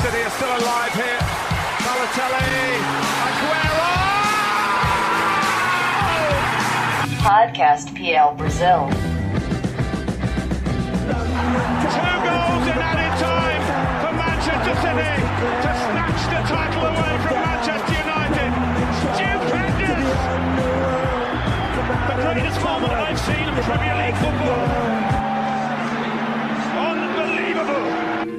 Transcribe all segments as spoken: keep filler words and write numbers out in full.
City are still alive here. Balotelli, Aguero! Podcast P L Brazil. Two goals in added time for Manchester City to snatch the title away from Manchester United. Stupendous! The greatest moment I've seen in Premier League football. Unbelievable!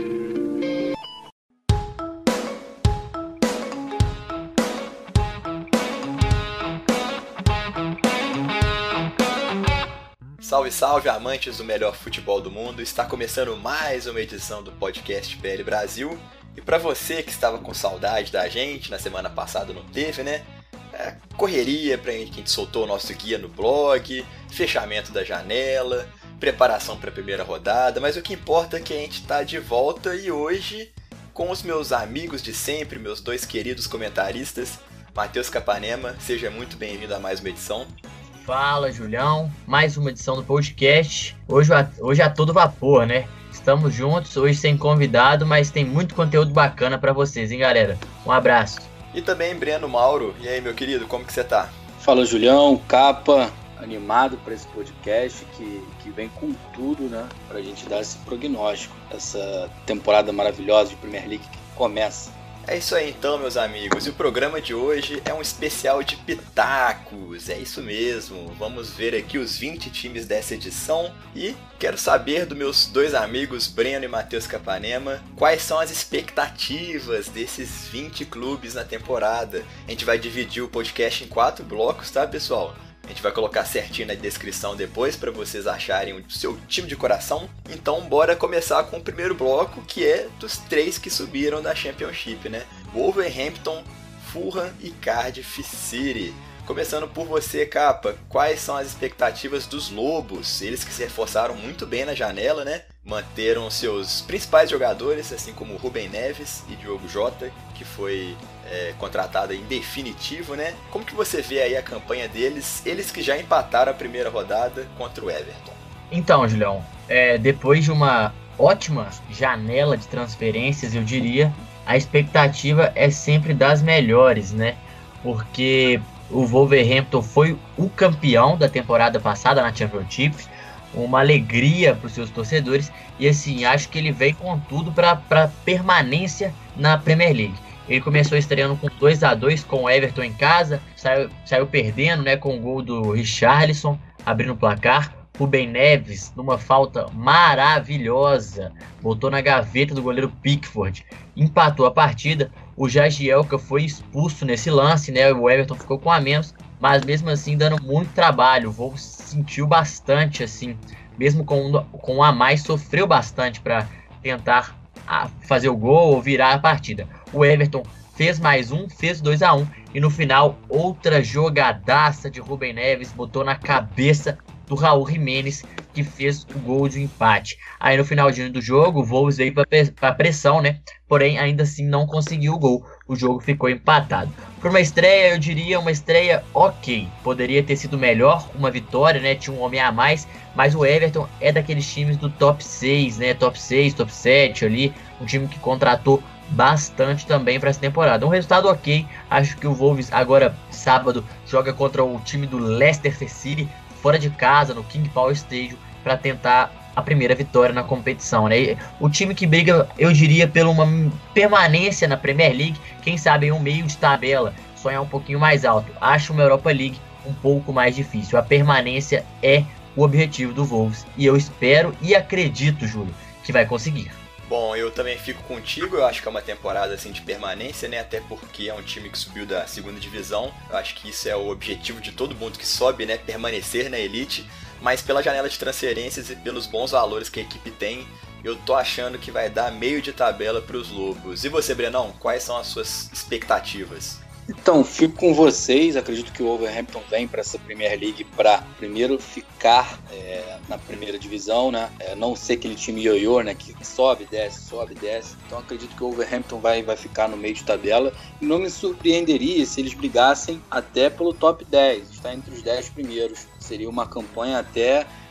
Salve, salve, amantes do melhor futebol do mundo! Está começando mais uma edição do podcast P L Brasil. E para você que estava com saudade da gente, na semana passada não teve, né? É, correria pra gente, que a gente soltou o nosso guia no blog, fechamento da janela, preparação para a primeira rodada, mas o que importa é que a gente está de volta e hoje com os meus amigos de sempre, meus dois queridos comentaristas, Matheus Capanema, seja muito bem-vindo a mais uma edição. Fala, Julião, mais uma edição do podcast, hoje, hoje a todo vapor, né? Estamos juntos, hoje sem convidado, mas tem muito conteúdo bacana pra vocês, hein, galera? Um abraço. E também Breno Mauro, e aí, meu querido, como que você tá? Fala, Julião, capa, animado para esse podcast que, que vem com tudo, né? Pra gente dar esse prognóstico, essa temporada maravilhosa de Premier League que começa. É isso aí então, meus amigos, e o programa de hoje é um especial de pitacos, é isso mesmo, vamos ver aqui os vinte times dessa edição e quero saber dos meus dois amigos, Breno e Matheus Capanema, quais são as expectativas desses vinte clubes na temporada. A gente vai dividir o podcast em quatro blocos, tá, pessoal? A gente vai colocar certinho na descrição depois para vocês acharem o seu time de coração. Então bora começar com o primeiro bloco, que é dos três que subiram da Championship, né? Wolverhampton, Fulham e Cardiff City. Começando por você, Capa, quais são as expectativas dos Lobos? Eles que se reforçaram muito bem na janela, né? Manteram seus principais jogadores, assim como Rubem Neves e Diogo Jota, que foi é, contratado em definitivo, né? Como que você vê aí a campanha deles, eles que já empataram a primeira rodada contra o Everton? Então, Julião, é, depois de uma ótima janela de transferências, eu diria, a expectativa é sempre das melhores, né? Porque o Wolverhampton foi o campeão da temporada passada na Championship, uma alegria para os seus torcedores, e assim, acho que ele veio com tudo para permanência na Premier League. Ele começou estreando com dois a dois com o Everton em casa, saiu, saiu perdendo, né, com o gol do Richarlison, abrindo o placar. Rubem Neves, numa falta maravilhosa, botou na gaveta do goleiro Pickford, empatou a partida. O Jagielka foi expulso nesse lance, né? O Everton ficou com a menos, mas mesmo assim dando muito trabalho. O Wolves sentiu bastante, assim, mesmo com, com um a mais, sofreu bastante para tentar a, fazer o gol ou virar a partida. O Everton fez mais um, fez dois a um e no final outra jogadaça de Rubem Neves, botou na cabeça do Raul Jimenez, que fez o gol de empate. Aí no finalzinho do jogo, o Wolves veio para pressão, né? Porém, ainda assim não conseguiu o gol. O jogo ficou empatado. Para uma estreia, eu diria uma estreia ok. Poderia ter sido melhor, uma vitória, né? Tinha um homem a mais, mas o Everton é daqueles times do top seis, né? Top seis, top sete ali. Um time que contratou bastante também para essa temporada. Um resultado ok. Acho que o Wolves agora, sábado, joga contra o time do Leicester City, fora de casa, no King Power Stadium, para tentar a primeira vitória na competição, né? O time que briga, eu diria, por uma permanência na Premier League, quem sabe em um meio de tabela, sonhar um pouquinho mais alto. Acho uma Europa League um pouco mais difícil. A permanência é o objetivo do Wolves, e eu espero e acredito, Júlio, que vai conseguir. Bom, eu também fico contigo, eu acho que é uma temporada assim de permanência, né? Até porque é um time que subiu da segunda divisão. Eu acho que isso é o objetivo de todo mundo que sobe, né? Permanecer na elite. Mas pela janela de transferências e pelos bons valores que a equipe tem, eu tô achando que vai dar meio de tabela para os Lobos. E você, Brenão, quais são as suas expectativas? Então, fico com vocês. Acredito que o Wolverhampton vem para essa Premier League para primeiro ficar é, na primeira divisão, né? É, não ser aquele time ioiô, né? Que sobe, desce, sobe, desce. Então, acredito que o Wolverhampton vai, vai ficar no meio de tabela. E não me surpreenderia se eles brigassem até pelo top dez, estar entre os dez primeiros. Seria uma campanha até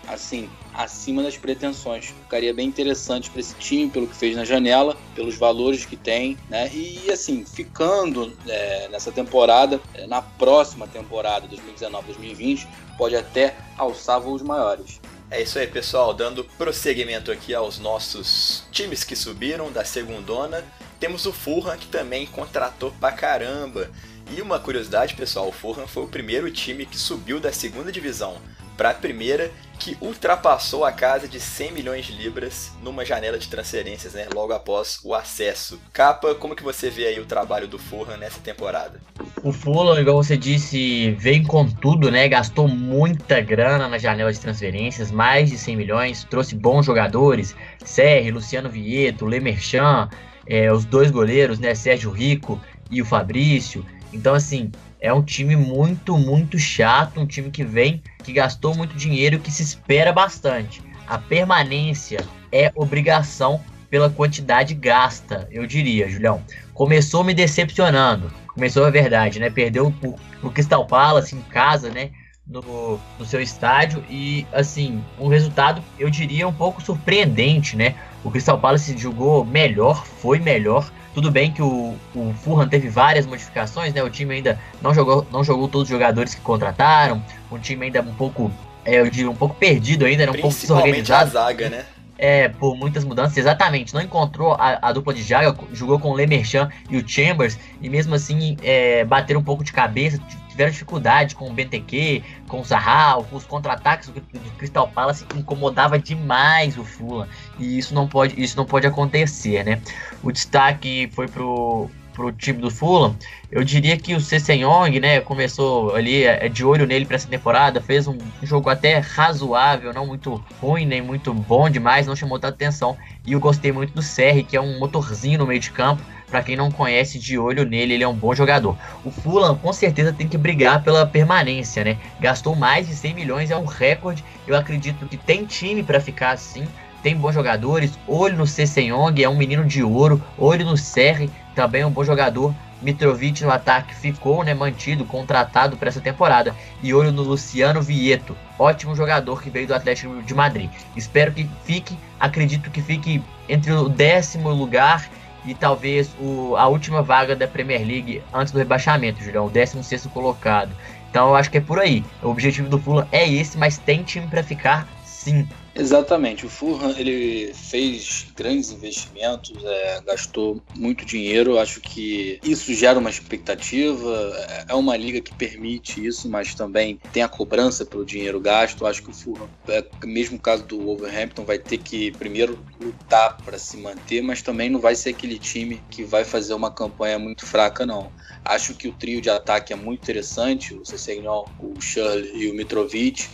assim, acima das pretensões. Ficaria bem interessante para esse time, pelo que fez na janela, pelos valores que tem, né? E assim, ficando é, nessa temporada, é, na próxima temporada, dois mil e dezenove, dois mil e vinte, pode até alçar voos maiores. É isso aí, pessoal, dando prosseguimento aqui aos nossos times que subiram da segundona, temos o Fulham, que também contratou pra caramba. E uma curiosidade, pessoal, o Fulham foi o primeiro time que subiu da segunda divisão para a primeira, que ultrapassou a casa de cem milhões de libras numa janela de transferências, né, logo após o acesso. Capa, como que você vê aí o trabalho do Fulham nessa temporada? O Fulham, igual você disse, vem com tudo, né? Gastou muita grana na janela de transferências, mais de cem milhões, trouxe bons jogadores, Serri, Luciano Vieto, Lemerchan, é, os dois goleiros, né, Sérgio Rico e o Fabrício. Então, assim, é um time muito, muito chato, um time que vem, que gastou muito dinheiro e que se espera bastante. A permanência é obrigação pela quantidade gasta, eu diria, Julião. Começou me decepcionando, começou a verdade, né? Perdeu pro, pro Crystal Palace em casa, né? No, no seu estádio e, assim, um resultado, eu diria, um pouco surpreendente, né? O Crystal Palace jogou melhor, foi melhor. Tudo bem que o, o Fulham teve várias modificações, né? O time ainda não jogou, não jogou todos os jogadores que contrataram. O time ainda um pouco, é, eu diria, um pouco perdido ainda, né? Um pouco desorganizado. A zaga, né? É, por muitas mudanças, exatamente. Não encontrou a, a dupla de zaga, jogou com o Lemerchan e o Chambers, e mesmo assim é, bateram um pouco de cabeça, tiveram dificuldade com o Benteke, com o Zaha, com os contra-ataques do, do Crystal Palace, incomodava demais o Fulham, e isso não pode, isso não pode acontecer, né? O destaque foi pro, pro time do Fulham. Eu diria que o Sessegnon, né, começou ali é, de olho nele para essa temporada, fez um jogo até razoável, não muito ruim, nem muito bom demais, não chamou tanta atenção. E eu gostei muito do Serri, que é um motorzinho no meio de campo. Para quem não conhece, de olho nele, ele é um bom jogador. O Fulham com certeza tem que brigar pela permanência, né? Gastou mais de cem milhões, é um recorde. Eu acredito que tem time para ficar assim, tem bons jogadores. Olho no Sessegnon, é um menino de ouro. Olho no Serri, também é um bom jogador. Mitrovic no ataque ficou, né, mantido, contratado para essa temporada. E olho no Luciano Vieto, ótimo jogador que veio do Atlético de Madrid. Espero que fique, acredito que fique entre o décimo lugar e talvez o, a última vaga da Premier League antes do rebaixamento, Julião, o décimo sexto colocado. Então eu acho que é por aí. O objetivo do Fulham é esse, mas tem time para ficar, sim. Exatamente, o Fulham ele fez grandes investimentos, é, gastou muito dinheiro, acho que isso gera uma expectativa, é uma liga que permite isso, mas também tem a cobrança pelo dinheiro gasto. Acho que o Fulham, é, mesmo caso do Wolverhampton, vai ter que primeiro lutar para se manter, mas também não vai ser aquele time que vai fazer uma campanha muito fraca, não. Acho que o trio de ataque é muito interessante, o Sessegnon, o Schürrle e o Mitrovic.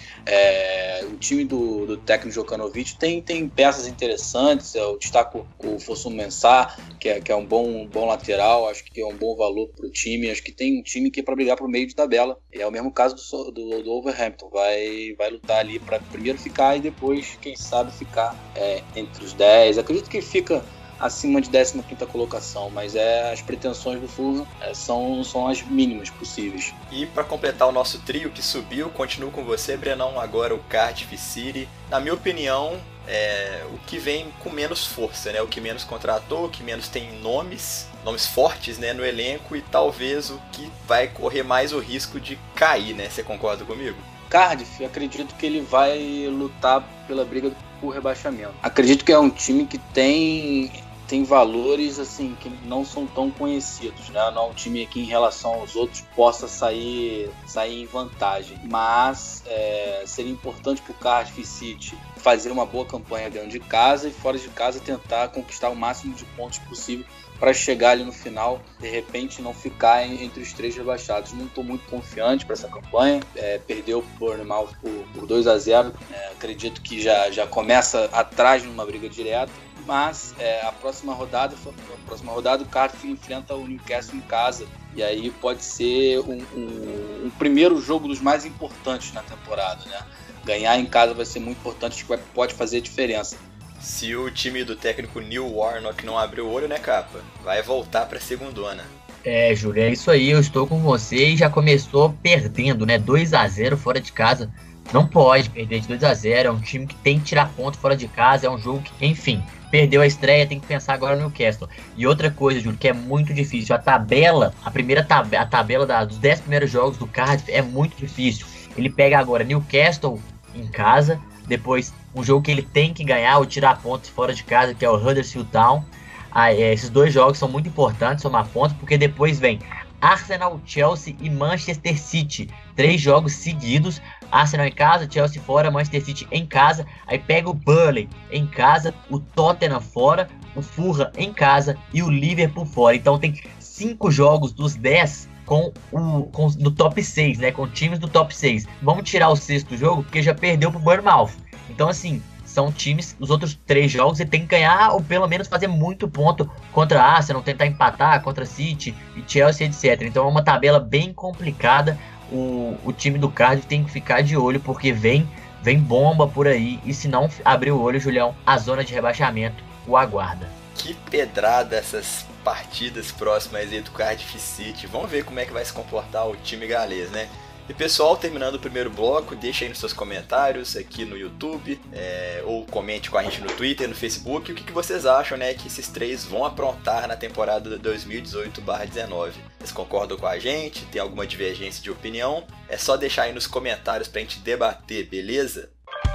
É, o time do, do técnico Jokanovic tem, tem peças interessantes. Eu destaco o Fosun Mensah, que é, que é um bom, um bom lateral, acho que é um bom valor para o time. Acho que tem um time que é para brigar para o meio de tabela. E é o mesmo caso do, do, do Wolverhampton, vai, vai lutar ali para primeiro ficar e depois, quem sabe, ficar é, entre os dez. Acredito que fica acima de décima quinta colocação, mas é, as pretensões do Fulham é, são, são as mínimas possíveis. E para completar o nosso trio que subiu, continuo com você, Brenão, agora o Cardiff City. Na minha opinião, é o que vem com menos força, né? O que menos contratou, o que menos tem nomes, nomes fortes, né, no elenco, e talvez o que vai correr mais o risco de cair, né? Você concorda comigo? Cardiff, acredito que ele vai lutar pela briga por rebaixamento. Acredito que é um time que tem... tem valores assim que não são tão conhecidos, né? Não é um time que em relação aos outros possa sair, sair em vantagem, mas é, seria importante para o Cardiff City fazer uma boa campanha dentro de casa e fora de casa tentar conquistar o máximo de pontos possível para chegar ali no final, de repente não ficar entre os três rebaixados. Não estou muito confiante para essa campanha, é, perdeu o Bournemouth por, por dois a zero, é, acredito que já, já começa atrás numa briga direta. Mas é, a próxima rodada, a próxima rodada o Cardiff enfrenta o Newcastle em casa. E aí pode ser um, um, um primeiro jogo dos mais importantes na temporada, né? Ganhar em casa vai ser muito importante, acho que vai, pode fazer diferença. Se o time do técnico Neil Warnock não abrir o olho, né, Capa? Vai voltar para a segundona. É, Júlio, é isso aí, eu estou com você e já começou perdendo, né? dois a zero fora de casa Não pode perder de dois a zero, é um time que tem que tirar ponto fora de casa, é um jogo que, enfim, perdeu a estreia, tem que pensar agora no Newcastle. E outra coisa, Júlio, que é muito difícil, a tabela, a primeira tab a tabela da, dos dez primeiros jogos do Cardiff é muito difícil. Ele pega agora Newcastle em casa, depois um jogo que ele tem que ganhar ou tirar pontos fora de casa, que é o Huddersfield Town. Ah, é, esses dois jogos são muito importantes, somar pontos, porque depois vem Arsenal, Chelsea e Manchester City. Três jogos seguidos, Arsenal em casa, Chelsea fora, Manchester City em casa. Aí pega o Burnley em casa, o Tottenham fora, o Fulham em casa e o Liverpool fora. Então tem cinco jogos dos dez com o com, do top seis, né? Com times do top seis. Vamos tirar o sexto jogo, porque já perdeu pro Bournemouth. Então assim, são times, os outros três jogos ele tem que ganhar ou pelo menos fazer muito ponto contra a Arsenal, tentar empatar contra City e Chelsea, etcétera. Então é uma tabela bem complicada. O, o time do Cardiff tem que ficar de olho, porque vem, vem bomba por aí. E se não abrir o olho, Julião, a zona de rebaixamento o aguarda. Que pedrada essas partidas próximas aí do Cardiff City. Vamos ver como é que vai se comportar o time galês, né? E pessoal, terminando o primeiro bloco, deixa aí nos seus comentários aqui no YouTube, é, ou comente com a gente no Twitter, no Facebook, o que, que vocês acham, né, que esses três vão aprontar na temporada dois mil e dezoito barra dezenove. Vocês concordam com a gente? Tem alguma divergência de opinião? É só deixar aí nos comentários pra gente debater, beleza?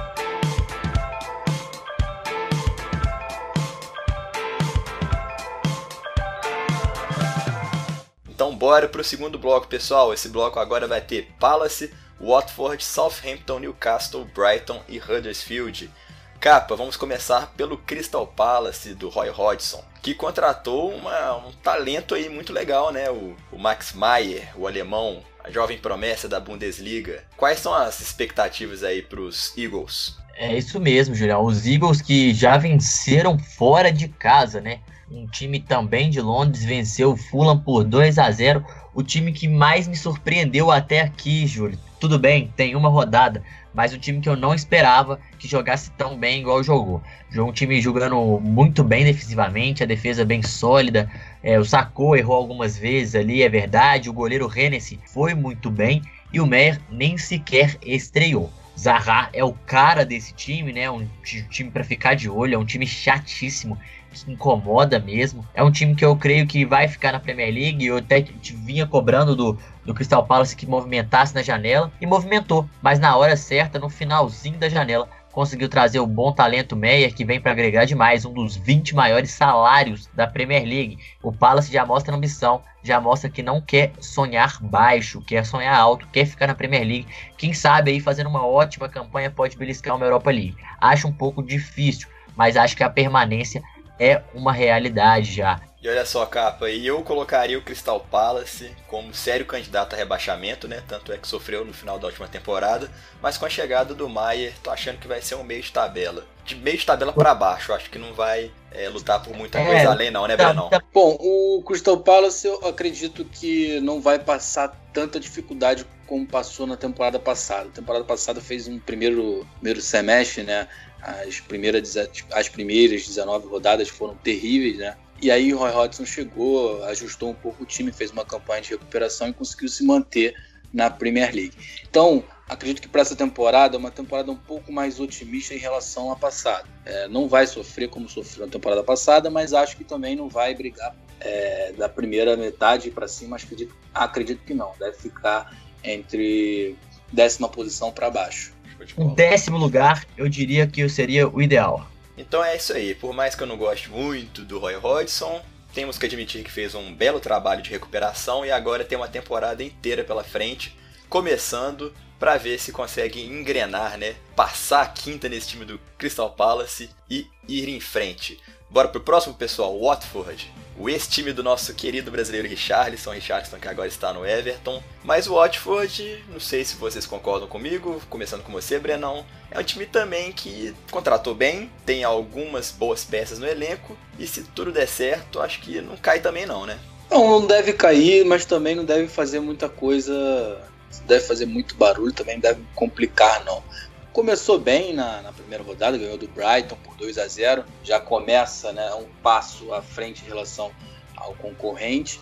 Então bora pro segundo bloco, pessoal. Esse bloco agora vai ter Palace, Watford, Southampton, Newcastle, Brighton e Huddersfield. Capa, vamos começar pelo Crystal Palace do Roy Hodgson, que contratou uma, um talento aí muito legal, né? O, o Max Meyer, o alemão, a jovem promessa da Bundesliga. Quais são as expectativas aí pros Eagles? É isso mesmo, Julião. Os Eagles que já venceram fora de casa, né? Um time também de Londres venceu o Fulham por dois a zero. O time que mais me surpreendeu até aqui, Júlio. Tudo bem, tem uma rodada, mas o time que eu não esperava que jogasse tão bem igual jogou. Um time jogando muito bem defensivamente, a defesa bem sólida. É, o Sakho errou algumas vezes ali, é verdade. O goleiro Hennessy foi muito bem e o Meyer nem sequer estreou. Zaha é o cara desse time, né? Um time para ficar de olho, é um time chatíssimo, que incomoda mesmo. É um time que eu creio que vai ficar na Premier League. Eu até vinha cobrando do, do Crystal Palace que movimentasse na janela, e movimentou, mas na hora certa, no finalzinho da janela, conseguiu trazer o bom talento Meyer, que vem para agregar demais, um dos vinte maiores salários da Premier League. O Palace já mostra ambição, já mostra que não quer sonhar baixo, quer sonhar alto, quer ficar na Premier League. Quem sabe aí fazendo uma ótima campanha pode beliscar uma Europa League. Acho um pouco difícil, mas acho que a permanência é uma realidade já. E olha só, Capa, e eu colocaria o Crystal Palace como sério candidato a rebaixamento, né? Tanto é que sofreu no final da última temporada, mas com a chegada do Meyer, tô achando que vai ser um meio de tabela. De meio de tabela para baixo, acho que não vai é, lutar por muita é, coisa além não, né, tá, Brenão? Tá. Bom, o Crystal Palace eu acredito que não vai passar tanta dificuldade como passou na temporada passada. A temporada passada fez um primeiro, primeiro semestre, né? As primeiras, as primeiras dezenove rodadas foram terríveis, né? E aí o Roy Hodgson chegou, ajustou um pouco o time, fez uma campanha de recuperação e conseguiu se manter na Premier League. Então, acredito que para essa temporada é uma temporada um pouco mais otimista em relação à passada. É, não vai sofrer como sofreu na temporada passada, mas acho que também não vai brigar é, da primeira metade para cima. Acredito, acredito que não, deve ficar entre décima posição para baixo. Em décimo lugar, eu diria que seria o ideal. Então é isso aí, por mais que eu não goste muito do Roy Hodgson, temos que admitir que fez um belo trabalho de recuperação e agora tem uma temporada inteira pela frente, começando para ver se consegue engrenar, né? Passar a quinta nesse time do Crystal Palace e ir em frente. Bora pro próximo, pessoal, Watford. O ex-time do nosso querido brasileiro Richarlison, Richarlison que agora está no Everton. Mas o Watford, não sei se vocês concordam comigo, começando com você, Brenão, é um time também que contratou bem, tem algumas boas peças no elenco, e se tudo der certo, acho que não cai também não, né? Não, não deve cair, mas também não deve fazer muita coisa, deve fazer muito barulho, também não deve complicar não. Começou bem na, na primeira rodada, ganhou do Brighton por dois a zero, já começa, né, um passo à frente em relação ao concorrente,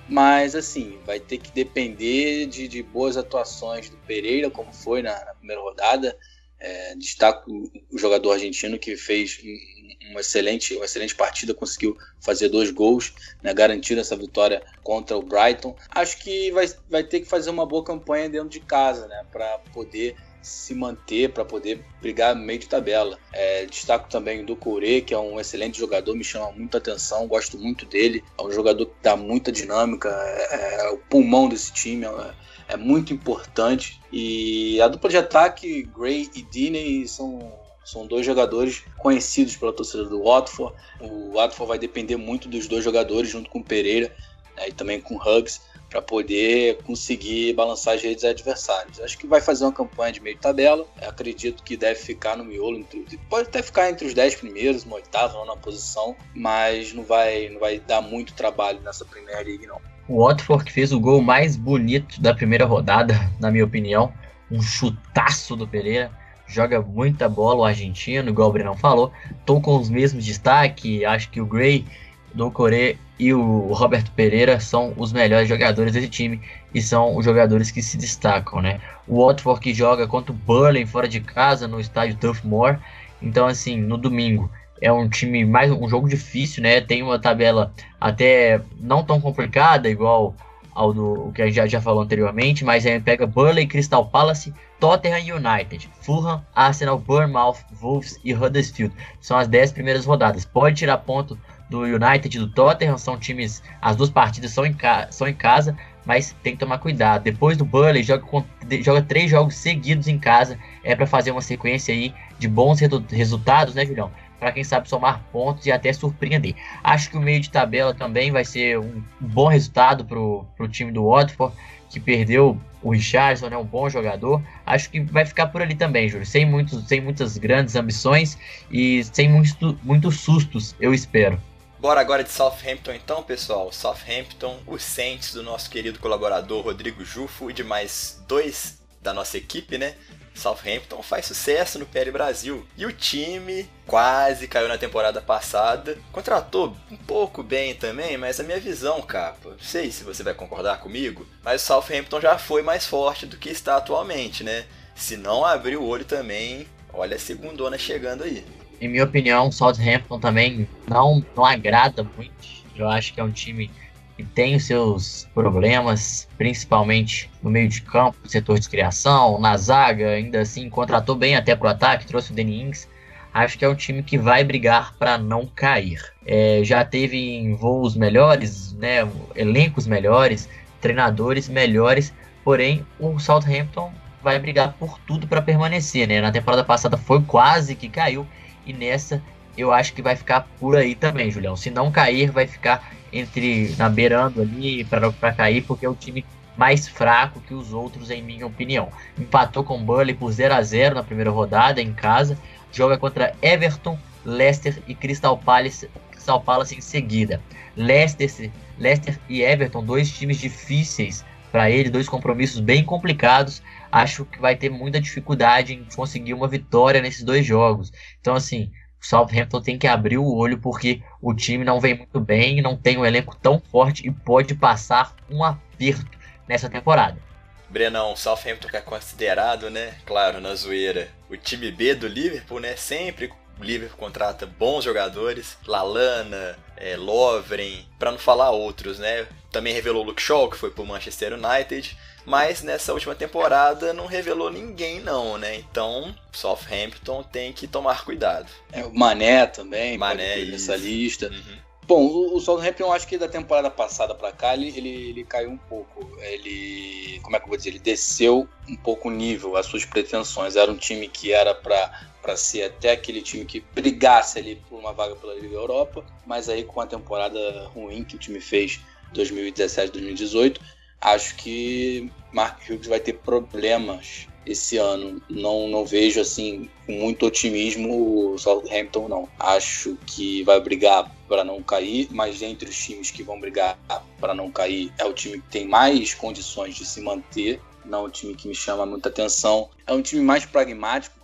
mas assim, vai ter que depender de, de boas atuações do Pereira, como foi na, na primeira rodada. É, destaco o jogador argentino que fez uma excelente, uma excelente partida, conseguiu fazer dois gols, né, garantindo essa vitória contra o Brighton. Acho que vai, vai ter que fazer uma boa campanha dentro de casa, né, para poder se manter, para poder brigar no meio de tabela. É, destaco também o Doucouré, que é um excelente jogador, me chama muita atenção, gosto muito dele. É um jogador que dá muita dinâmica, é, é o pulmão desse time, é, é muito importante. E a dupla de ataque, Gray e Deeney, são, são dois jogadores conhecidos pela torcida do Watford. O Watford vai depender muito dos dois jogadores, junto com o Pereira, né, e também com o Huggs, para poder conseguir balançar as redes adversárias. Acho que vai fazer uma campanha de meio de tabela. Eu acredito que deve ficar no miolo, entre, pode até ficar entre os dez primeiros, uma oitava, nona posição, mas não vai, não vai dar muito trabalho nessa Premier League, não. O Watford que fez o gol mais bonito da primeira rodada, na minha opinião, um chutaço do Pereira. Joga muita bola o argentino, igual o Brenão falou. Tô com os mesmos destaques, acho que o Gray, o Doucouré e o Roberto Pereira são os melhores jogadores desse time e são os jogadores que se destacam, né? O Watford que joga contra o Burnley fora de casa no estádio Turf Moor. Então, assim, no domingo é um time mais um jogo difícil, né? Tem uma tabela até não tão complicada igual ao do o que a gente já, já falou anteriormente, mas aí pega Burnley, Crystal Palace, Tottenham United, Fulham, Arsenal, Bournemouth, Wolves e Huddersfield. São as dez primeiras rodadas. Pode tirar ponto do United e do Tottenham, são times, as duas partidas são em, ca, são em casa, mas tem que tomar cuidado. Depois do Burnley, joga, joga três jogos seguidos em casa, é para fazer uma sequência aí de bons redu- resultados, né, Julião? Para quem sabe somar pontos e até surpreender. Acho que o meio de tabela também vai ser um bom resultado para o time do Watford, que perdeu o Richarlison, né, um bom jogador. Acho que vai ficar por ali também, Júlio, sem, muitos, sem muitas grandes ambições e sem muito, muitos sustos, eu espero. Bora agora de Southampton então, pessoal. Southampton, os Saints do nosso querido colaborador Rodrigo Jufo e de mais dois da nossa equipe, né? Southampton faz sucesso no P L Brasil. E o time quase caiu na temporada passada. Contratou um pouco bem também, mas a minha visão, Capa, não sei se você vai concordar comigo, mas o Southampton já foi mais forte do que está atualmente, né? Se não abrir o olho também, olha a segundona chegando aí. Em minha opinião, o Southampton também não, não agrada muito. Eu acho que é um time que tem os seus problemas, principalmente no meio de campo, no setor de criação, na zaga, ainda assim contratou bem até pro ataque, trouxe o Danny Ings. Acho que é um time que vai brigar para não cair. É, já teve voos melhores, né, elencos melhores, treinadores melhores, porém o Southampton vai brigar por tudo para permanecer, né? Na temporada passada foi quase que caiu. E nessa eu acho que vai ficar por aí também, Julião. Se não cair, vai ficar entre na beirando ali para cair, porque é o time mais fraco que os outros, em minha opinião. Empatou com o Burnley por zero a zero na primeira rodada em casa. Joga contra Everton, Leicester e Crystal Palace, Crystal Palace em seguida. Leicester, Leicester e Everton, dois times difíceis para ele, dois compromissos bem complicados. Acho que vai ter muita dificuldade em conseguir uma vitória nesses dois jogos. Então, assim, o Southampton tem que abrir o olho, porque o time não vem muito bem, não tem um elenco tão forte e pode passar um aperto nessa temporada. Brenão, o Southampton que é considerado, né, claro, na zoeira, o time B do Liverpool, né, sempre o Liverpool contrata bons jogadores, Lallana, é, Lovren, para não falar outros, né, também revelou o Luke Shaw, que foi pro Manchester United, mas nessa última temporada não revelou ninguém não, né? Então, Southampton tem que tomar cuidado. É, o Mané também, Mané pode nessa lista. Uhum. Bom, o, o Southampton, eu acho que da temporada passada para cá, ele, ele, ele caiu um pouco. Ele, como é que eu vou dizer? Ele desceu um pouco o nível, as suas pretensões. Era um time que era para para ser até aquele time que brigasse ali por uma vaga pela Liga Europa, mas aí com a temporada ruim que o time fez dois mil e dezessete, dois mil e dezoito, acho que Mark Hughes vai ter problemas esse ano. Não, não vejo assim com muito otimismo o Southampton, não. Acho que vai brigar para não cair, mas entre os times que vão brigar para não cair, é o time que tem mais condições de se manter. Não é um time que me chama muita atenção. É um time mais pragmático,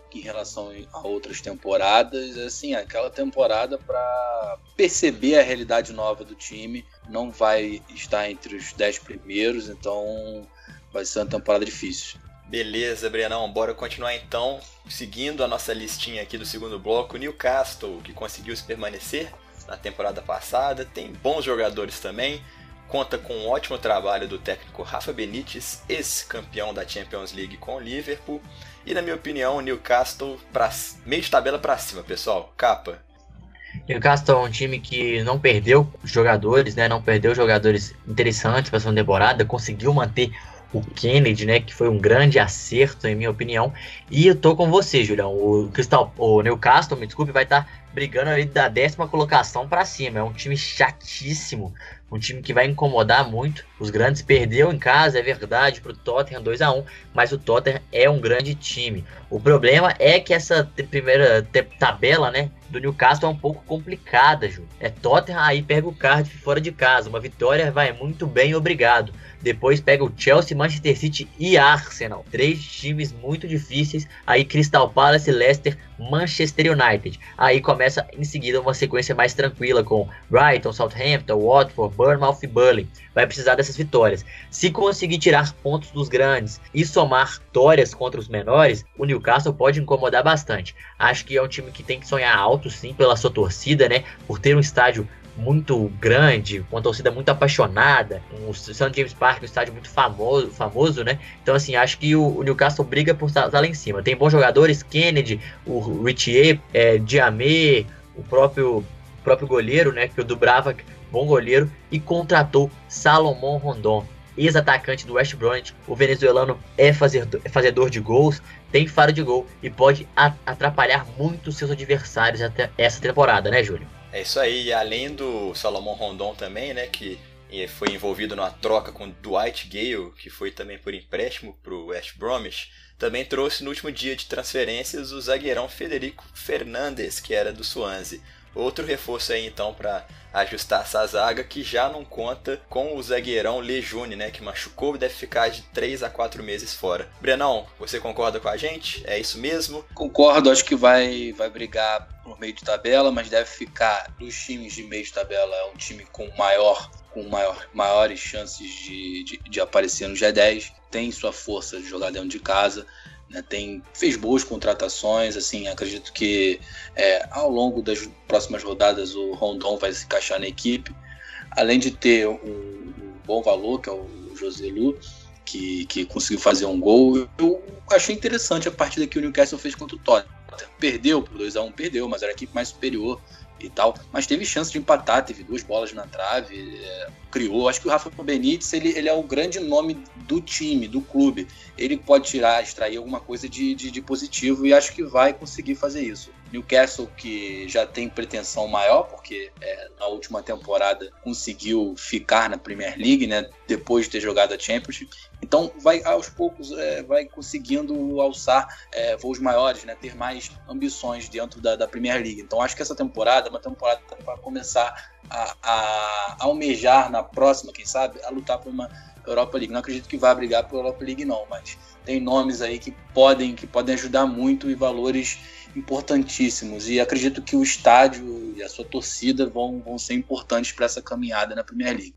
em relação a outras temporadas. Assim, aquela temporada para perceber a realidade nova do time. Não vai estar entre os dez primeiros, então vai ser uma temporada difícil. Beleza, Brenão, bora continuar então, seguindo a nossa listinha aqui do segundo bloco. Newcastle, que conseguiu se permanecer na temporada passada, tem bons jogadores também, conta com um ótimo trabalho do técnico Rafa Benítez, ex-campeão da Champions League com o Liverpool, e na minha opinião, o Newcastle pra, meio de tabela para cima, pessoal. Capa. Newcastle é um time que não perdeu jogadores, né? Não perdeu jogadores interessantes para essa temporada, conseguiu manter o Kennedy, né, que foi um grande acerto, em minha opinião. E eu tô com você, Julião. O, Crystal, o Newcastle, me desculpe, vai estar tá brigando ali da décima colocação para cima. É um time chatíssimo, um time que vai incomodar muito. Os grandes perdeu em casa, é verdade, para o Tottenham dois a um, mas o Tottenham é um grande time. O problema é que essa primeira tabela, né, do Newcastle é um pouco complicada, Ju. É Tottenham, aí pega o Cardiff fora de casa. Uma vitória vai muito bem, obrigado. Depois pega o Chelsea, Manchester City e Arsenal. Três times muito difíceis. Aí Crystal Palace, Leicester, Manchester United. Aí começa em seguida uma sequência mais tranquila com Brighton, Southampton, Watford, Bournemouth e Burnley. Vai precisar dessas vitórias. Se conseguir tirar pontos dos grandes e somar vitórias contra os menores, o Newcastle pode incomodar bastante. Acho que é um time que tem que sonhar alto, sim, pela sua torcida, né? Por ter um estádio muito grande, com uma torcida muito apaixonada, o Saint James Park, um estádio muito famoso, famoso, né? Então, assim, acho que o, o Newcastle briga por estar lá em cima. Tem bons jogadores, Kennedy, o Richie, é, Diamé, o próprio, o próprio goleiro, né? Que o Dubravka, bom goleiro, e contratou Salomon Rondon, ex-atacante do West Bromwich. O venezuelano é fazedor, é fazedor de gols, tem faro de gol e pode atrapalhar muito seus adversários até essa temporada, né, Júlio? É isso aí, e além do Salomon Rondon também, né, que foi envolvido numa troca com Dwight Gale, que foi também por empréstimo para o West Bromwich, também trouxe no último dia de transferências o zagueirão Federico Fernandes, que era do Swansea. Outro reforço aí então para ajustar essa zaga, que já não conta com o zagueirão Lejeune, né, que machucou e deve ficar de três a quatro meses fora. Brenão, você concorda com a gente? É isso mesmo? Concordo, acho que vai, vai brigar por meio de tabela, mas deve ficar dos times de meio de tabela, é um time com maior, com maior, maiores chances de, de, de aparecer no G dez, tem sua força de jogar dentro de casa. Né, tem, fez boas contratações, assim, acredito que é, ao longo das próximas rodadas o Rondon vai se encaixar na equipe, além de ter um, um bom valor, que é o Joselu, que, que conseguiu fazer um gol. Eu achei interessante a partida que o Newcastle fez contra o Tottenham. Perdeu por dois a um, perdeu, mas era a equipe mais superior e tal, mas teve chance de empatar, teve duas bolas na trave, é, criou. Acho que o Rafa Benítez, ele, ele é o grande nome do time, do clube. Ele pode tirar, extrair alguma coisa de, de, de positivo, e acho que vai conseguir fazer isso. Newcastle, que já tem pretensão maior, porque é, na última temporada conseguiu ficar na Premier League, né, depois de ter jogado a Championship. Então, vai aos poucos, é, vai conseguindo alçar é, voos maiores, né, ter mais ambições dentro da, da Premier League. Então, acho que essa temporada é uma temporada para começar a, a, a almejar na próxima, quem sabe, a lutar por uma Europa League. Não acredito que vá brigar por Europa League, não, mas tem nomes aí que podem, que podem ajudar muito e valores importantíssimos. E acredito que o estádio e a sua torcida vão, vão ser importantes para essa caminhada na Premier League.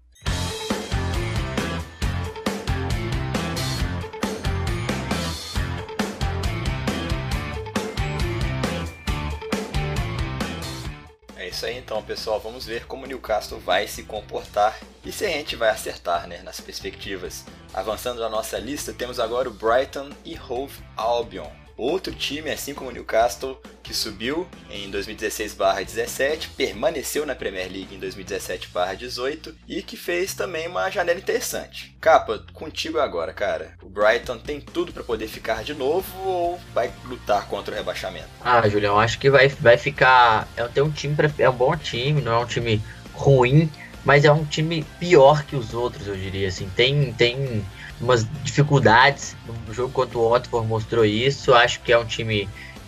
É isso aí então, pessoal. Vamos ver como o Newcastle vai se comportar e se a gente vai acertar, né, nas perspectivas. Avançando na nossa lista, temos agora o Brighton e Hove Albion. Outro time, assim como o Newcastle, que subiu em dois mil e dezesseis barra dezessete, permaneceu na Premier League em dois mil e dezessete barra dezoito e que fez também uma janela interessante. Capa, contigo agora, cara. O Brighton tem tudo para poder ficar de novo ou vai lutar contra o rebaixamento? Ah, Julião, acho que vai, vai ficar... É, tem um time, é um bom time, não é um time ruim, mas é um time pior que os outros, eu diria, assim. Tem... tem... umas dificuldades no jogo contra o Watford mostrou isso. Acho que é um time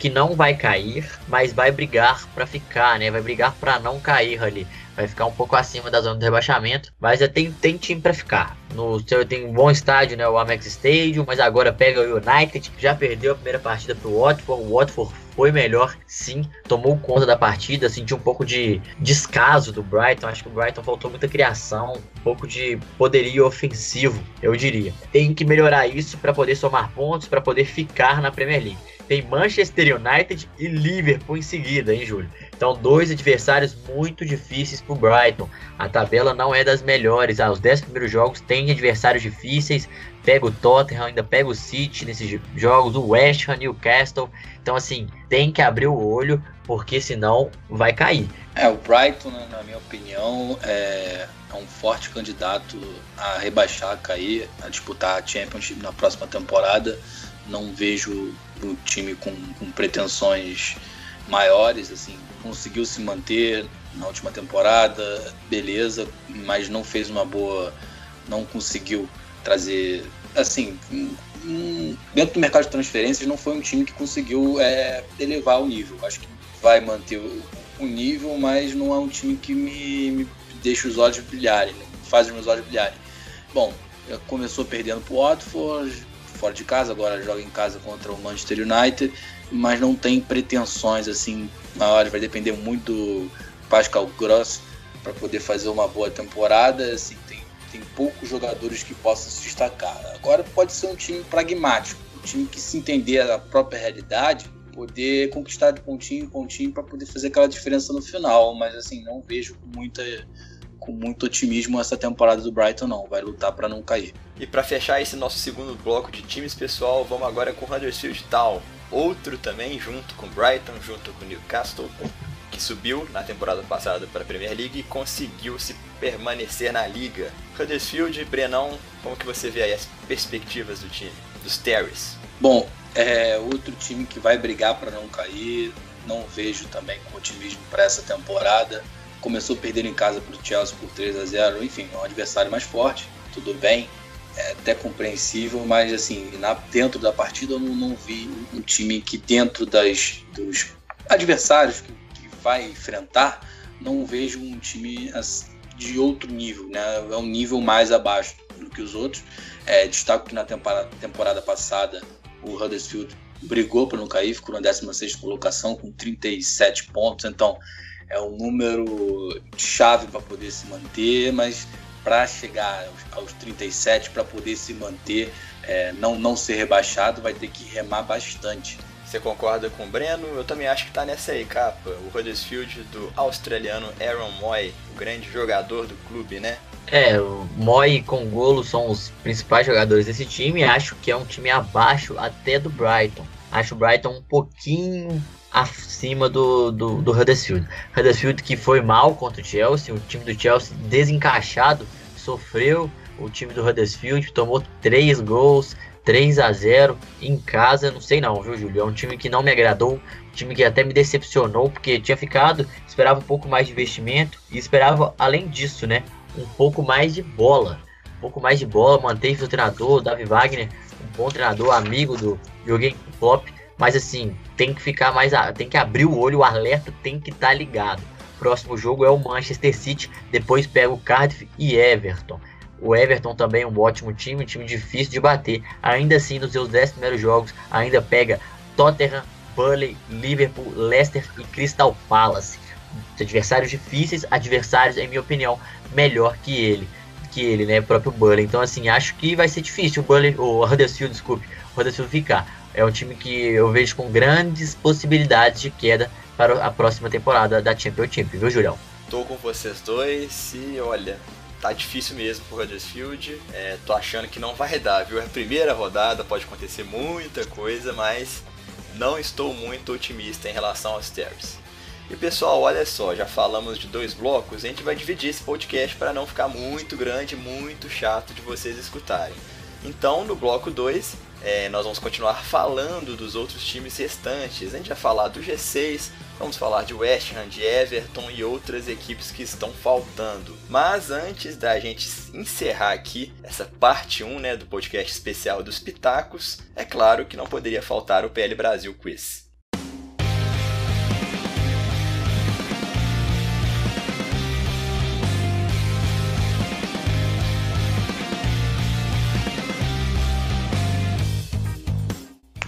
que não vai cair, mas vai brigar para ficar, né? Vai brigar para não cair ali. Vai ficar um pouco acima da zona do rebaixamento, mas já tem, tem time para ficar. No seu tem um bom estádio, né? O Amex Stadium, mas agora pega o United, já perdeu a primeira partida pro Watford. O Watford foi melhor, sim, tomou conta da partida, sentiu um pouco de descaso do Brighton. Acho que o Brighton faltou muita criação, um pouco de poderio ofensivo, eu diria. Tem que melhorar isso para poder somar pontos, para poder ficar na Premier League. Tem Manchester United e Liverpool em seguida, hein, Júlio? Então, dois adversários muito difíceis para o Brighton. A tabela não é das melhores. Ah, os dez primeiros jogos tem adversários difíceis. Pega o Tottenham, ainda pega o City nesses jogos, o West Ham, Newcastle. Então, assim, tem que abrir o olho, porque senão vai cair. É, o Brighton, na minha opinião, é, é um forte candidato a rebaixar, a cair, a disputar a Championship na próxima temporada. Não vejo um time com, com pretensões maiores, assim, conseguiu se manter na última temporada, beleza, mas não fez uma boa, não conseguiu trazer, assim, um, um, dentro do mercado de transferências não foi um time que conseguiu é, elevar o nível. Acho que vai manter o, o nível, mas não é um time que me, me deixa os olhos brilharem, faz os meus olhos brilharem. Bom, começou perdendo pro Watford, fora de casa, agora joga em casa contra o Manchester United, mas não tem pretensões assim maiores, vai depender muito do Pascal Gross para poder fazer uma boa temporada, assim, tem, tem poucos jogadores que possam se destacar. Agora pode ser um time pragmático, um time que se entender a própria realidade, poder conquistar de pontinho em pontinho para poder fazer aquela diferença no final, mas assim, não vejo com muita... com muito otimismo essa temporada do Brighton, não. Vai lutar para não cair. E para fechar esse nosso segundo bloco de times, pessoal, vamos agora com o Huddersfield Town. Outro também, junto com o Brighton, junto com o Newcastle, que subiu na temporada passada para a Premier League e conseguiu se permanecer na Liga. Huddersfield, Brenão, como que você vê aí as perspectivas do time, dos Terrys? Bom, é outro time que vai brigar para não cair. Não vejo também com otimismo para essa temporada. Começou perdendo em casa para o Chelsea por três a zero, enfim, é um adversário mais forte, tudo bem, é até compreensível, mas assim, na, dentro da partida eu não, não vi um time que dentro das, dos adversários que, que vai enfrentar, não vejo um time de outro nível, né? É um nível mais abaixo do que os outros. É, destaco que na temporada, temporada passada o Huddersfield brigou para não cair, ficou na décima sexta colocação com trinta e sete pontos, então é um número chave para poder se manter, mas para chegar aos, aos trinta e sete, para poder se manter, é, não, não ser rebaixado, vai ter que remar bastante. Você concorda com o Breno? Eu também acho que está nessa aí, capa. O Huddersfield do australiano Aaron Mooy, o grande jogador do clube, né? É, o Mooy e Kongolo são os principais jogadores desse time. Acho que é um time abaixo até do Brighton. Acho o Brighton um pouquinho acima do, do, do Huddersfield. Huddersfield que foi mal contra o Chelsea, o time do Chelsea desencaixado, sofreu. O time do Huddersfield tomou três gols, três a zero em casa, não sei não, viu, Júlio? É um time que não me agradou, um time que até me decepcionou, porque tinha ficado, esperava um pouco mais de investimento e esperava, além disso, né, um pouco mais de bola. Um pouco mais de bola, manteve o treinador, o Davi Wagner, um bom treinador, amigo do Jürgen Klopp. Mas assim, tem que ficar mais, tem que abrir o olho, o alerta tem que estar tá ligado. Próximo jogo é o Manchester City, depois pega o Cardiff e Everton. O Everton também é um ótimo time, um time difícil de bater. Ainda assim, nos seus dez primeiros jogos, ainda pega Tottenham, Burnley, Liverpool, Leicester e Crystal Palace. Adversários difíceis, adversários, em minha opinião, melhor que ele. Que ele, né, o próprio Burnley. Então assim, acho que vai ser difícil o Burnley, o Huddersfield, desculpe, o Huddersfield ficar. É um time que eu vejo com grandes possibilidades de queda para a próxima temporada da Championship, viu, Julião? Tô com vocês dois e olha, tá difícil mesmo pro Huddersfield. É, tô achando que não vai dar, viu? É a primeira rodada, pode acontecer muita coisa, mas não estou muito otimista em relação aos Terrys. E pessoal, olha só, já falamos de dois blocos, a gente vai dividir esse podcast para não ficar muito grande, muito chato de vocês escutarem. Então, no bloco dois, é, nós vamos continuar falando dos outros times restantes. A gente vai falar do G seis, vamos falar de West Ham, de Everton e outras equipes que estão faltando. Mas antes da gente encerrar aqui essa parte um, né, do podcast especial dos Pitacos, é claro que não poderia faltar o P L Brasil Quiz.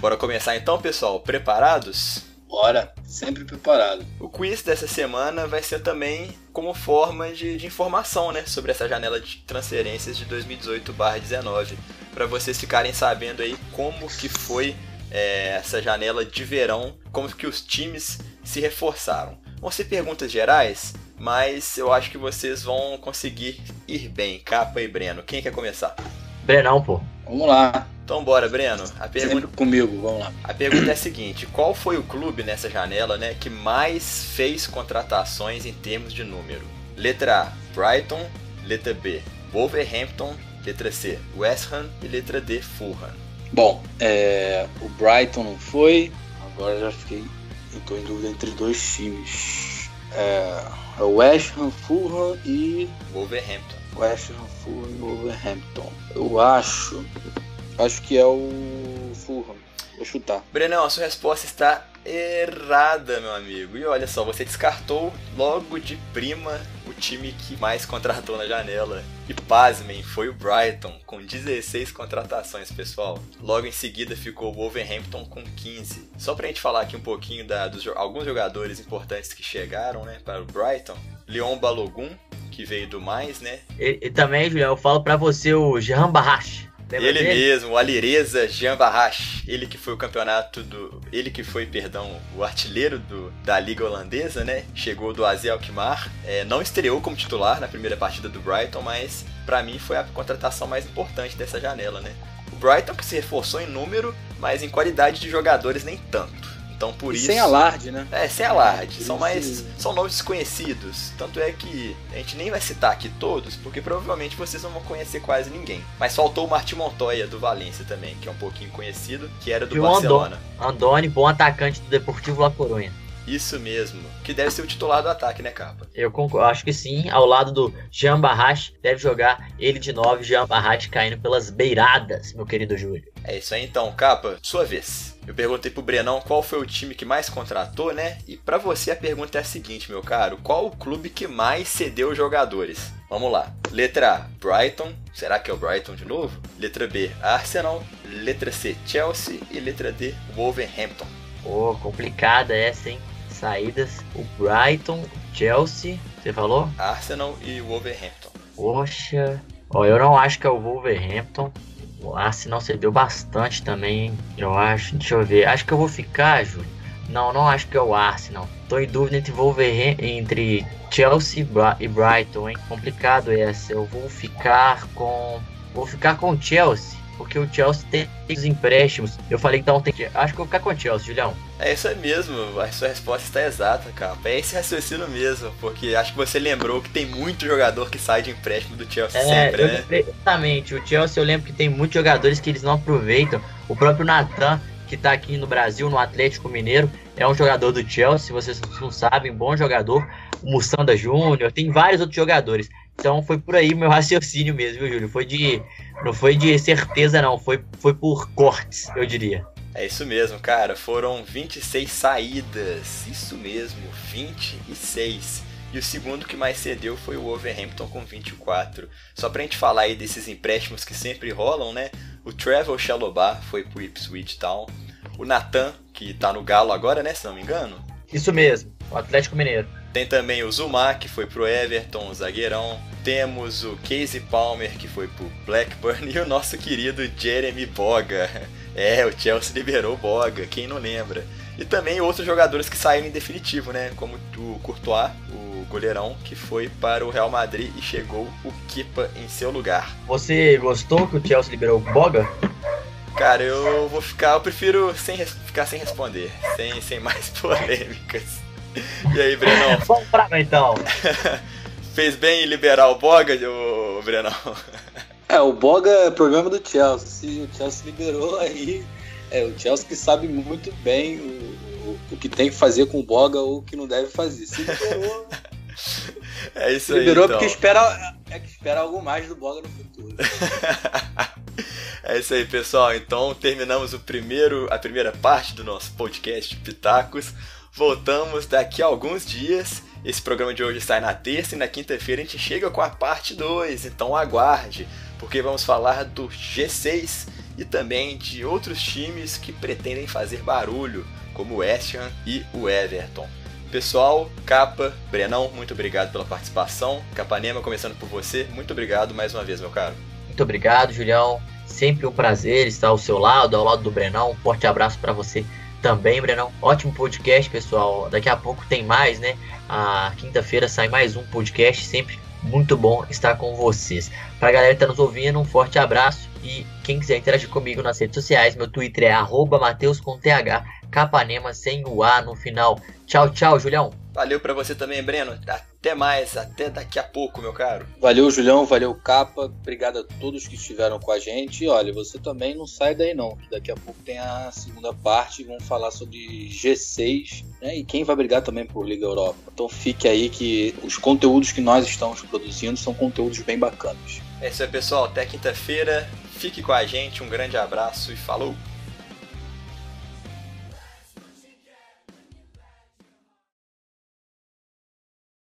Bora começar então, pessoal? Preparados? Bora, sempre preparado. O quiz dessa semana vai ser também como forma de, de informação, né, sobre essa janela de transferências de dois mil e dezoito barra dezenove, para vocês ficarem sabendo aí como que foi é, essa janela de verão, como que os times se reforçaram. Vão ser perguntas gerais, mas eu acho que vocês vão conseguir ir bem. Capa e Breno, quem quer começar? Brenão, pô. Vamos lá. Então bora, Breno. A pergunta, Sempre comigo, vamos lá. a pergunta é a seguinte: qual foi o clube nessa janela, né, que mais fez contratações em termos de número? Letra A, Brighton. Letra B, Wolverhampton. Letra C, West Ham. E letra D, Fulham. Bom, é, o Brighton não foi. Agora já fiquei. Eu tô em dúvida entre dois times. É, é o West Ham, Fulham e. Wolverhampton. West Ham, Fulham e Wolverhampton. Eu acho. Acho que é o Fulham. Vou chutar. Brenão, a sua resposta está errada, meu amigo. E olha só, você descartou logo de prima o time que mais contratou na janela. E pasmem, foi o Brighton, com dezesseis contratações, pessoal. Logo em seguida ficou o Wolverhampton com quinze. Só pra gente falar aqui um pouquinho da, dos alguns jogadores importantes que chegaram, né, para o Brighton. Leon Balogun, que veio do mais, né? E, e também, Julião, eu falo pra você o Jean Barrache. Lembra Ele dele? mesmo, o Alireza Jean Barrache, ele que foi o campeonato do, ele que foi, perdão, o artilheiro do, da liga holandesa, né? Chegou do A Z Alkmaar, é, não estreou como titular na primeira partida do Brighton, mas pra mim foi a contratação mais importante dessa janela, né? O Brighton que se reforçou em número, mas em qualidade de jogadores nem tanto. Então por E isso. sem alarde, né? É, sem alarde. Por São isso- mais. São nomes desconhecidos. Tanto é que a gente nem vai citar aqui todos, porque provavelmente vocês não vão conhecer quase ninguém. Mas faltou o Martim Montoya do Valência também, que é um pouquinho conhecido, que era do E o Barcelona. Andoni, bom atacante do Deportivo La Coruña. Isso mesmo. Que deve ser o titular do ataque, né, Capa? Eu concordo, acho que sim, ao lado do Jean Barrache, deve jogar ele de nove, Jean Barrache caindo pelas beiradas, meu querido Júlio. É isso aí então, Capa, sua vez. Eu perguntei pro Brenão qual foi o time que mais contratou, né? E pra você a pergunta é a seguinte, meu caro: qual o clube que mais cedeu jogadores? Vamos lá. Letra A, Brighton. Será que é o Brighton de novo? Letra B, Arsenal. Letra C, Chelsea. E letra D, Wolverhampton. Pô, complicada essa, hein? Saídas, o Brighton, Chelsea, você falou? Arsenal e Wolverhampton. Poxa, ó, eu não acho que é o Wolverhampton. O Arsenal cedeu bastante também, hein? Eu acho, deixa eu ver. Acho que eu vou ficar, Júlio. Não, não acho que é o Arsenal. Tô em dúvida entre Wolverhampton, entre Chelsea e Bra- e Brighton, hein? Complicado essa. Eu vou ficar com, vou ficar com o Chelsea, porque o Chelsea tem os empréstimos. Eu falei então tem que, acho que eu vou ficar com o Chelsea, Julião. É isso aí mesmo, a sua resposta está exata, Capa. É esse raciocínio mesmo, porque acho que você lembrou que tem muito jogador que sai de empréstimo do Chelsea É, sempre, eu né? lembrei exatamente. O Chelsea, eu lembro que tem muitos jogadores que eles não aproveitam. O próprio Nathan, que tá aqui no Brasil, no Atlético Mineiro, é um jogador do Chelsea, vocês não sabem, bom jogador. O Mussanda Júnior, tem vários outros jogadores. Então foi por aí o meu raciocínio mesmo, viu, Júlio? Foi de, não foi de certeza não, foi, foi por cortes, eu diria. É isso mesmo, cara. Foram vinte e seis saídas. Isso mesmo, vinte e seis. E o segundo que mais cedeu foi o Wolverhampton com vinte e quatro. Só pra gente falar aí desses empréstimos que sempre rolam, né? O Trevor Chalobah foi pro Ipswich Town. O Nathan, que tá no Galo agora, né? Se não me engano. Isso mesmo, o Atlético Mineiro. Tem também o Zuma, que foi pro Everton, o zagueirão. Temos o Casey Palmer, que foi pro Blackburn. E o nosso querido Jeremy Boga. É, o Chelsea liberou o Boga, quem não lembra. E também outros jogadores que saíram em definitivo, né? Como o Courtois, o goleirão, que foi para o Real Madrid e chegou o Kepa em seu lugar. Você gostou que o Chelsea liberou o Boga? Cara, eu vou ficar, eu prefiro sem, res- ficar sem responder, sem, sem mais polêmicas. E aí, Brenão? Vamos pra lá então. Fez bem em liberar o Boga, ô, Brenão? É, o Boga é problema do Chelsea. Se o Chelsea liberou, aí é o Chelsea que sabe muito bem o, o, o que tem que fazer com o Boga ou o que não deve fazer. Se liberou, É isso se aí, liberou então. porque espera, é que espera algo mais do Boga no futuro. É isso aí, pessoal. Então terminamos o primeiro, a primeira parte do nosso podcast Pitacos. Voltamos daqui a alguns dias. Esse programa de hoje sai na terça e na quinta-feira a gente chega com a parte dois. Então aguarde, porque vamos falar do G seis e também de outros times que pretendem fazer barulho, como o West Ham e o Everton. Pessoal, Capa, Brenão, muito obrigado pela participação. Capanema, começando por você, muito obrigado mais uma vez, meu caro. Muito obrigado, Julião. Sempre um prazer estar ao seu lado, ao lado do Brenão. Um forte abraço para você também, Brenão. Ótimo podcast, pessoal. Daqui a pouco tem mais, né? A quinta-feira sai mais um podcast, sempre muito bom estar com vocês. Para a galera que está nos ouvindo, um forte abraço. E quem quiser interagir comigo nas redes sociais, meu Twitter é arroba Mateus com T H, Capanema sem o A no final. Tchau, tchau, Julião. Valeu pra você também, Breno. Até mais, até daqui a pouco, meu caro. Valeu, Julião, valeu, Capa. Obrigado a todos que estiveram com a gente. E olha, você também não sai daí não, que daqui a pouco tem a segunda parte. Vamos falar sobre G seis, né? E quem vai brigar também por Liga Europa. Então fique aí que os conteúdos que nós estamos produzindo são conteúdos bem bacanas. É isso aí, pessoal. Até quinta-feira. Fique com a gente. Um grande abraço e falou!